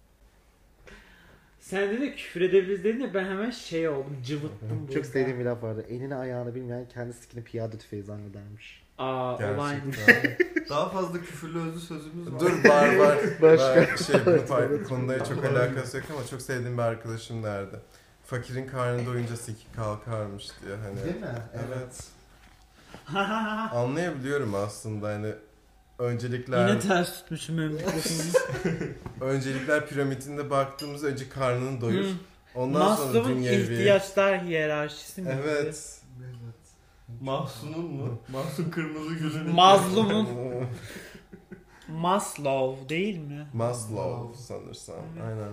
Sen de küfür edebiliriz dedin ya ben hemen şey oldum. Cıvıttım burada. Çok sevdiğim bir laf vardı. Elini ayağını bilmeyen kendi sikini piyade tüfeği zannedermiş. Aa olay. Gerçekten. Daha fazla küfürlü özlü sözümüz var. Dur var. Başka. Bu konuda çok alakası yok ama çok sevdiğim bir arkadaşım derdi. Fakirin karnı doyunca siki kalkarmış diye hani. Değil mi? Evet. Anlayabiliyorum aslında hani öncelikler Yine ters tutmuşum ben mikrofonu. öncelikler piramidinde baktığımızda önce karnını doyur. Hı. Ondan sonra Maslow'un dünyevi. ihtiyaçlar hiyerarşisi mi? Evet. Mahsun'un mu? Mahsun Kırmızıgül'ün. Mazlum'un Maslow değil mi? Maslow sanırsam. Aynen.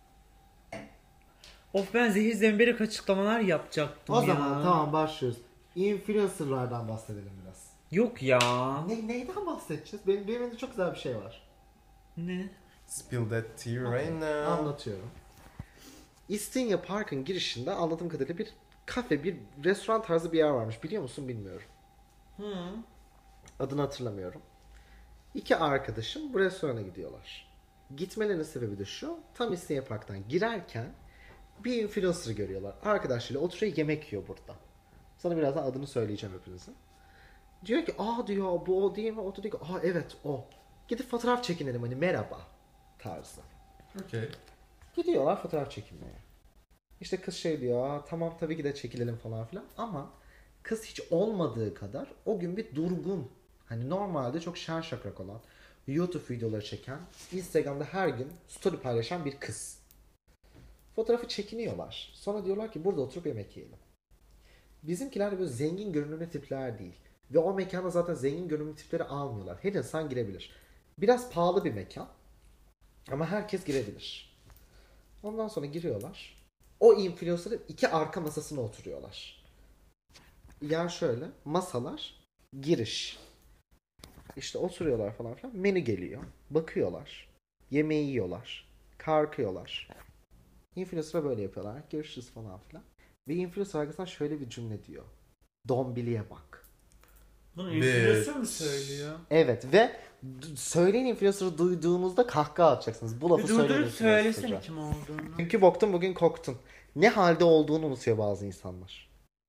Of ben zehir zemberek açıklamalar yapacaktım O ya. zaman tamam başlıyoruz. Influencer'lardan bahsedelim biraz. Yok ya. Neyden bahsedeceğiz? Benim elimde çok güzel bir şey var. Ne? Spill that tea right now. Anlatıyorum. İstinye Park'ın girişinde anladığım kadarıyla bir kafe, bir restoran tarzı bir yer varmış. Biliyor musun bilmiyorum. Adını hatırlamıyorum. İki arkadaşım bu restorana gidiyorlar. Gitmelerinin sebebi de şu. Tam İstinye Park'tan girerken bir influencer görüyorlar. Arkadaşlarıyla oturuyor yemek yiyor burada. Sana birazdan adını söyleyeceğim hepinizin. Diyor ki diyor bu o değil mi? O da diyor ki evet o. Gidip fotoğraf çekinelim hani merhaba tarzı. Okey. Gidiyorlar fotoğraf çekinmeye. İşte kız şey diyor tamam tabii ki de çekilelim falan filan ama kız hiç olmadığı kadar o gün bir durgun. Hani normalde çok şen şakrak olan YouTube videoları çeken, Instagram'da her gün story paylaşan bir kız. Fotoğrafı çekiniyorlar. Sonra diyorlar ki burada oturup yemek yiyelim. Bizimkiler de böyle zengin görünümlü tipler değil. Ve o mekanda zaten zengin görünümlü tipleri almıyorlar. Her insan girebilir. Biraz pahalı bir mekan. Ama herkes girebilir. Ondan sonra giriyorlar. O influencer'ın iki arka masasına oturuyorlar. Yer şöyle. Masalar. Giriş. İşte oturuyorlar falan filan. Menü geliyor. Bakıyorlar. Yemeği yiyorlar. Kalkıyorlar. Influencer'a böyle yapıyorlar. Görüşürüz falan filan. Ve influencer arkasından şöyle bir cümle diyor. Dombili'ye bak. Bunu influencer mı söylüyor? Evet ve söyleyin influencer'ı duyduğunuzda kahkaha atacaksınız. Bu lafı Bir söyleyin durdurup söylesene influencer'a. kim olduğunu. Çünkü boktun bugün koktun. Ne halde olduğunu unutuyor bazı insanlar.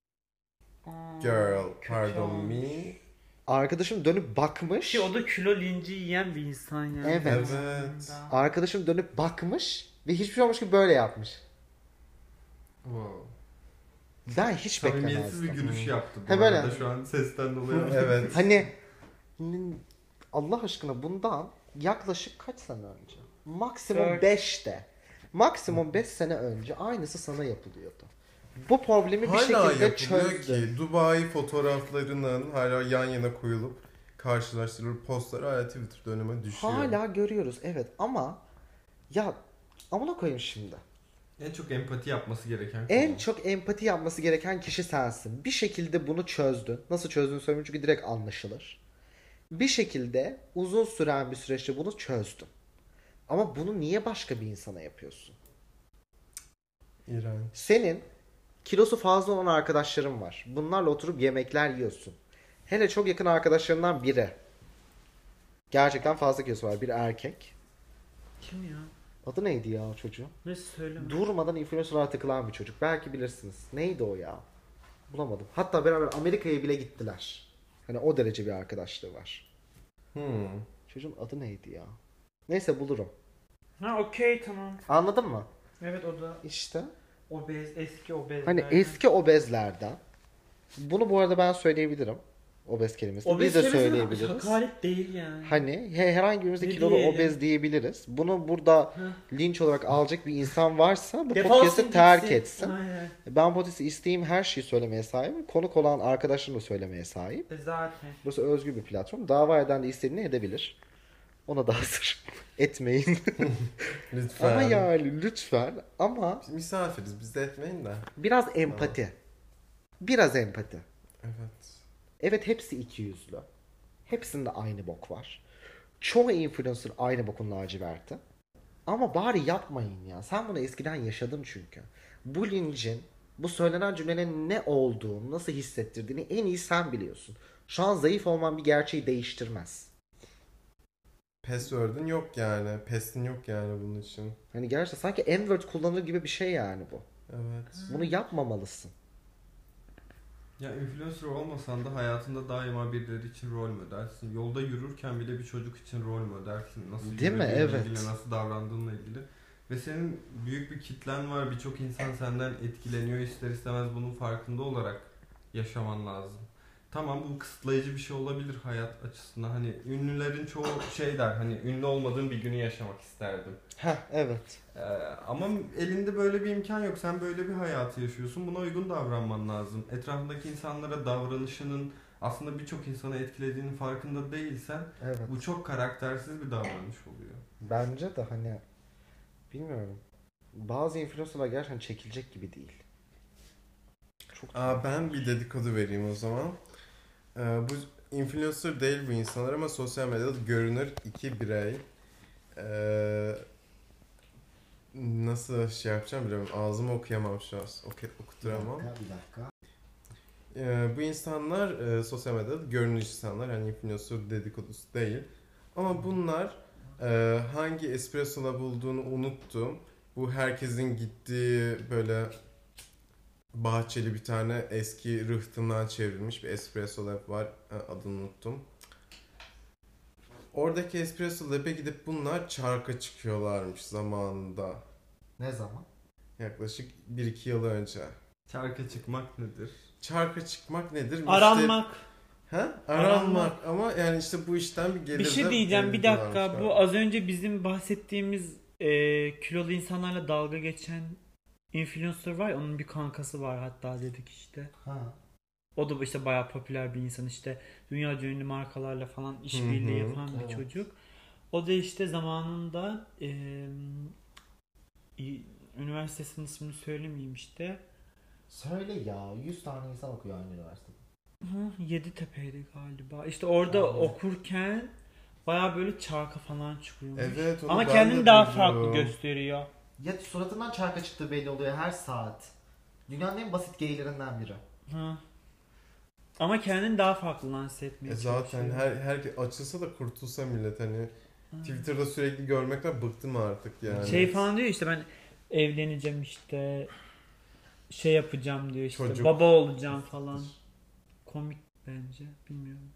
Girl, Kötü pardon olmuş. Şey Arkadaşım dönüp bakmış. Ki o da kilo linci yiyen bir insan yani. Evet. Evet. Arkadaşım dönüp bakmış ve hiçbir şey olmuş gibi böyle yapmış. Wow. Ben hiç Samimiyetsiz bir beklemezdim. gülüş yaptı bu Ha, böyle. arada şu an sesten dolayı. Evet. Hani Allah aşkına bundan yaklaşık kaç sene önce? Maksimum Dört. 5'te. Maksimum 5 sene önce aynısı sana yapılıyordu. Bu problemi bir Hala şekilde yapılıyor çözdü. ki Dubai fotoğraflarının hala yan yana koyulup karşılaştırılıp postları hala Twitter döneme düşüyor. Hala görüyoruz evet ama ya amına koyayım şimdi. En çok empati yapması gereken konu. En çok empati yapması gereken kişi sensin. Bir şekilde bunu çözdün. Nasıl çözdüğünü söylemiyorum çünkü direkt anlaşılır. Bir şekilde uzun süren bir süreçte bunu çözdün. Ama bunu niye başka bir insana yapıyorsun? İğrenç. Senin kilosu fazla olan arkadaşların var. Bunlarla oturup yemekler yiyorsun. Hele çok yakın arkadaşlarından biri. Gerçekten fazla kilosu var. Bir erkek. Kim ya? Adı neydi ya o çocuğun? Ne söyleme. Durmadan influencer'a takılan bir çocuk. Belki bilirsiniz. Neydi o ya? Bulamadım. Hatta beraber Amerika'ya bile gittiler. Hani o derece bir arkadaşlığı var. Çocuğun adı neydi ya? Neyse bulurum. Ha okey tamam. Anladın mı? Evet o da İşte. eski obez. Hani eski obezlerden. Bunu bu arada ben söyleyebilirim. Obez kelimesini. Biz de söyleyebiliriz. Hakaret değil yani. Hani herhangi birimizde Ne kilolu diyelim? obez diyebiliriz. Bunu burada linç olarak alacak bir insan varsa bu Defolsun podcast'i terk gitsin. etsin. Aynen. Ben podcast'i istediğim her şeyi söylemeye sahibim. Konuk olan arkadaşlarım da söylemeye sahip. Zaten. Burası özgür bir platform. Dava eden de istediğini edebilir. Ona da hazır. Etmeyin. Lütfen. Ama yani lütfen. Ama Biz misafiriz, biz de etmeyin de. biraz empati. Biraz empati. Evet. Evet hepsi ikiyüzlü. Hepsinde aynı bok var. Çoğu influencer aynı bokun laciverti. Ama bari yapmayın ya. Sen bunu eskiden yaşadın çünkü. Bu lincin, bu söylenen cümlenin ne olduğunu, nasıl hissettirdiğini en iyi sen biliyorsun. Şu an zayıf olman bir gerçeği değiştirmez. Password'un yok yani. Pass'in yok yani bunun için. Hani gerçekten sanki N-word kullanır gibi bir şey yani bu. Evet. Bunu yapmamalısın. Ya influencer olmasan da hayatında daima birileri için rol modelsin. Yolda yürürken bile bir çocuk için rol modelsin. Nasıl Değil mi? yürüdüğünle Evet. ilgili, nasıl davrandığınla ilgili. Ve senin büyük bir kitlen var. Birçok insan senden etkileniyor. İster istemez bunun farkında olarak yaşaman lazım. Tamam bu kısıtlayıcı bir şey olabilir hayat açısından. Hani ünlülerin çoğu şey der. Hani ünlü olmadığım bir günü yaşamak isterdim. Heh evet. Ama elinde böyle bir imkan yok. Sen böyle bir hayatı yaşıyorsun. Buna uygun davranman lazım. Etrafındaki insanlara davranışının aslında birçok insanı etkilediğinin farkında değilsen Evet. bu çok karaktersiz bir davranış oluyor. Bence de hani bilmiyorum. Bazı influencerlar gerçekten çekilecek gibi değil. Çok Ben bir dedikodu vereyim o zaman. Bu influencer değil bu insanlar ama sosyal medyada görünür iki birey. Nasıl şey yapacağım bilmiyorum. Ağzımı okuyamam şu an. Okuturamam. Bir dakika. Bu insanlar sosyal medyada görünür insanlar. Yani influencer dedikodusu değil. Ama bunlar hangi espresso lab olduğunu unuttum. Bu herkesin gittiği böyle bahçeli bir tane eski rıhtımdan çevrilmiş bir espresso lab var. Adını unuttum. Oradaki espresso lab'e gidip bunlar çarka çıkıyorlarmış zamanında. Ne zaman? Yaklaşık 1-2 yıl önce. Çarka çıkmak nedir? Çarka çıkmak nedir? İşte- Aranmak. Ha? Aranmak. Aranmak. Ama yani işte bu işten bir gelir Bir şey de diyeceğim, bir elde dakika. ediyorlarmış Bu galiba. az önce bizim bahsettiğimiz kilolu insanlarla dalga geçen influencer var ya, onun bir kankası var hatta dedik işte. Ha. O da işte bayağı popüler bir insan, işte dünyaca ünlü markalarla falan işbirliği Hı hı. yapan bir Evet. çocuk. O da işte zamanında üniversitesinin ismini söylemeyeyim işte. Söyle ya, 100 tane insan okuyor aynı üniversitede. Yeditepe'ydi galiba. İşte orada Aynen. okurken bayağı böyle çarka falan çıkıyormuş. Evet, onu Ama ben kendini de daha duydum. farklı gösteriyor. Ya suratından çarka çıktığı belli oluyor her saat. Dünyanın en basit geylerinden biri. Ha. Ama kendini daha farklı lanse etmeye Zaten çalışıyor. herkes açılsa da kurtulsa millet hani Twitter'da sürekli görmekten bıktım artık yani. Şey falan diyor işte, ben evleneceğim işte, şey yapacağım diyor işte, Çocuk. baba olacağım falan. Komik bence, bilmiyorum.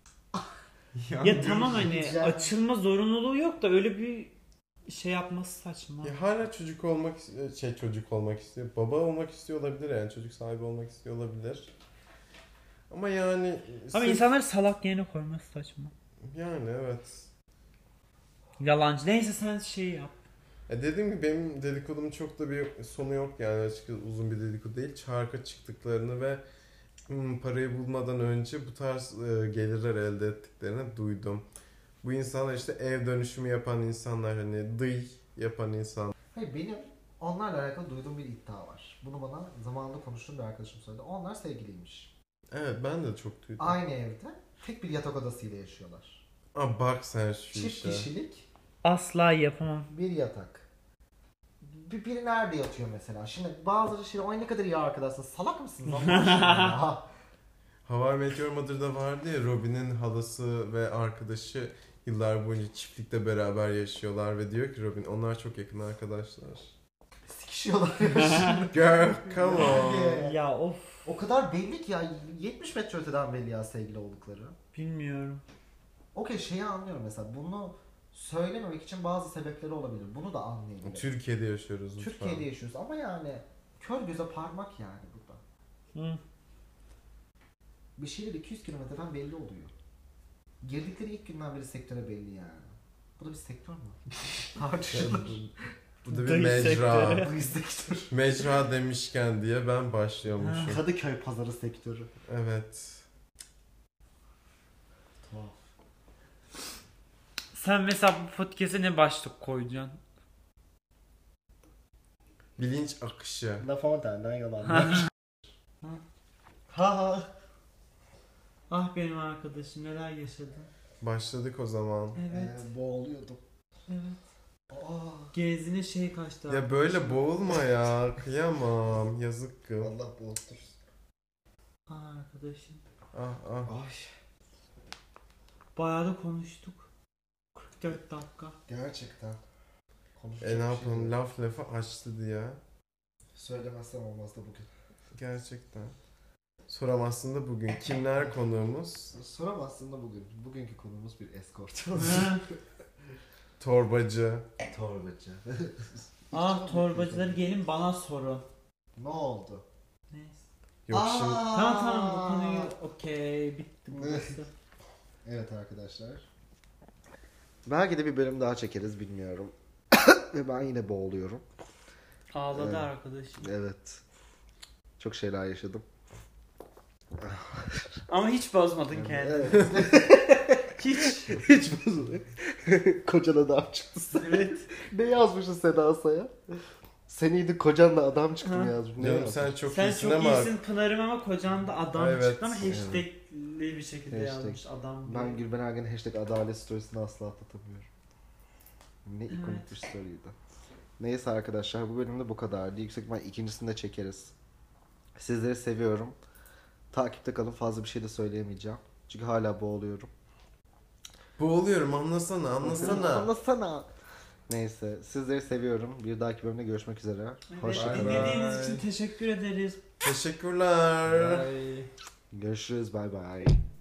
Ya tamam, hani Diyeceğim. açılma zorunluluğu yok da öyle bir şey yapması saçma. Ya hala çocuk olmak istiyor. Baba olmak istiyor olabilir yani. Çocuk sahibi olmak istiyor olabilir. Ama yani Ama insanları salak yerine koyması saçma. yani evet. Yalancı. Neyse sen şey yap. Dediğim gibi benim dedikodumun çok da bir sonu yok yani, açıkçası uzun bir dedikodu değil. Çarka çıktıklarını ve parayı bulmadan önce bu tarz gelirler elde ettiklerini duydum. Bu insanlar işte ev dönüşümü yapan insanlar, hani dıy yapan insan. Hayır, benim onlarla alakalı duyduğum bir iddia var. Bunu bana zamanında konuştuğum bir arkadaşım söyledi. Onlar sevgiliymiş. Evet, ben de çok duydum. Aynı evde tek bir yatak odasıyla yaşıyorlar. Ama bak sen şu Çift işe. kişilik Asla yapamam. bir yatak. Biri nerede yatıyor mesela? Şimdi bazıları şey, ay ne kadar iyi arkadaşsınız. Salak mısınız? Allah aşkına ya? How I Met Your Mother'da vardı ya, Robin'in halası ve arkadaşı yıllar boyunca çiftlikte beraber yaşıyorlar ve diyor ki Robin, onlar çok yakın arkadaşlar. Sikişiyorlar. Girl, come on. Yani. Ya of, O kadar belli ki ya, 70 metre öteden belli ya sevgili oldukları. bilmiyorum. Okey, şeyi anlıyorum mesela, bunu söylememek için bazı sebepleri olabilir. Bunu da anlayabilirim. Türkiye'de yaşıyoruz lütfen. Türkiye'de yaşıyoruz ama yani kör göze parmak yani burada. Hı. Bir şeyler 200 kilometreden belli oluyor. Girdikleri ilk günden beri sektöre belli yani. Bu da bir sektör mü? Tartışılır. Bu da bir Dayı mecra. sektörü. Bu bir sektör. Mecra demişken diye ben başlıyormuşum. Kadıköy pazarı sektörü. Evet. Tuhaf. Sen mesela bu podcast'e ne başlık koyacaksın? Bilinç akışı. La Fontaine'den yalan. Ha. Ah benim arkadaşım, neler yaşadın? Başladık o zaman. Evet. Boğuluyordum. Evet. Aa, Genzine şey kaçtı. Ya böyle boğulma ya. Kıyamam. Yazık kız. Allah boğultur. Ah arkadaşım. Ah ah. Ay, Bayağı da konuştuk. 44 dakika. gerçekten. Konuşacak Ne bir şey yapalım, yok. laf lafa açtı diye. Söylemezsem olmaz da bugün. Gerçekten. Soramazsın da bugün. Kimler konuğumuz? Soramazsın da bugün. Bugünkü konumuz bir eskort. Torbacı. Torbacı. Ah torbacıları, gelin bana sorun. Ne oldu? Neyse. Yok şimdi. Tamam bu konuyu okey, bitti burası. Evet arkadaşlar. Belki de bir bölüm daha çekeriz, bilmiyorum. Ve ben yine boğuluyorum. Ağladı Evet. arkadaşım. Evet. Çok şeyler yaşadım. Ama hiç bozmadın kendini. Evet. Hiç. Hiç bozulmuyor. Kocan adam çıktı sen. Evet. Ne yazmışsın Seda Say'a? Seniydi kocanla adam çıktım Ha. yazmış. Ne Canım yazmış? sen çok Sen iyisin çok ama iyisin Pınar'ım ama kocan da adam Evet. çıktı ama hashtagli bir şekilde Hashtag. yazmış adam. Ben Gülben Ergen'in hashtag adalet storiesini asla atlatamıyorum. Ne ikonik Evet. bir story'ydi. Neyse arkadaşlar, bu bölümde bu kadardı. Yüksek ihtimal ikincisini de çekeriz. Sizleri seviyorum. Takipte kalın, fazla bir şey de söyleyemeyeceğim. Çünkü hala boğuluyorum. Boğuluyorum, anlasana. Anlasana. Neyse, sizleri seviyorum. Bir dahaki bölümde görüşmek üzere. Evet, Hoşçakalın. dinlediğiniz için teşekkür ederiz. Teşekkürler. Bye. Görüşürüz. Bye bye.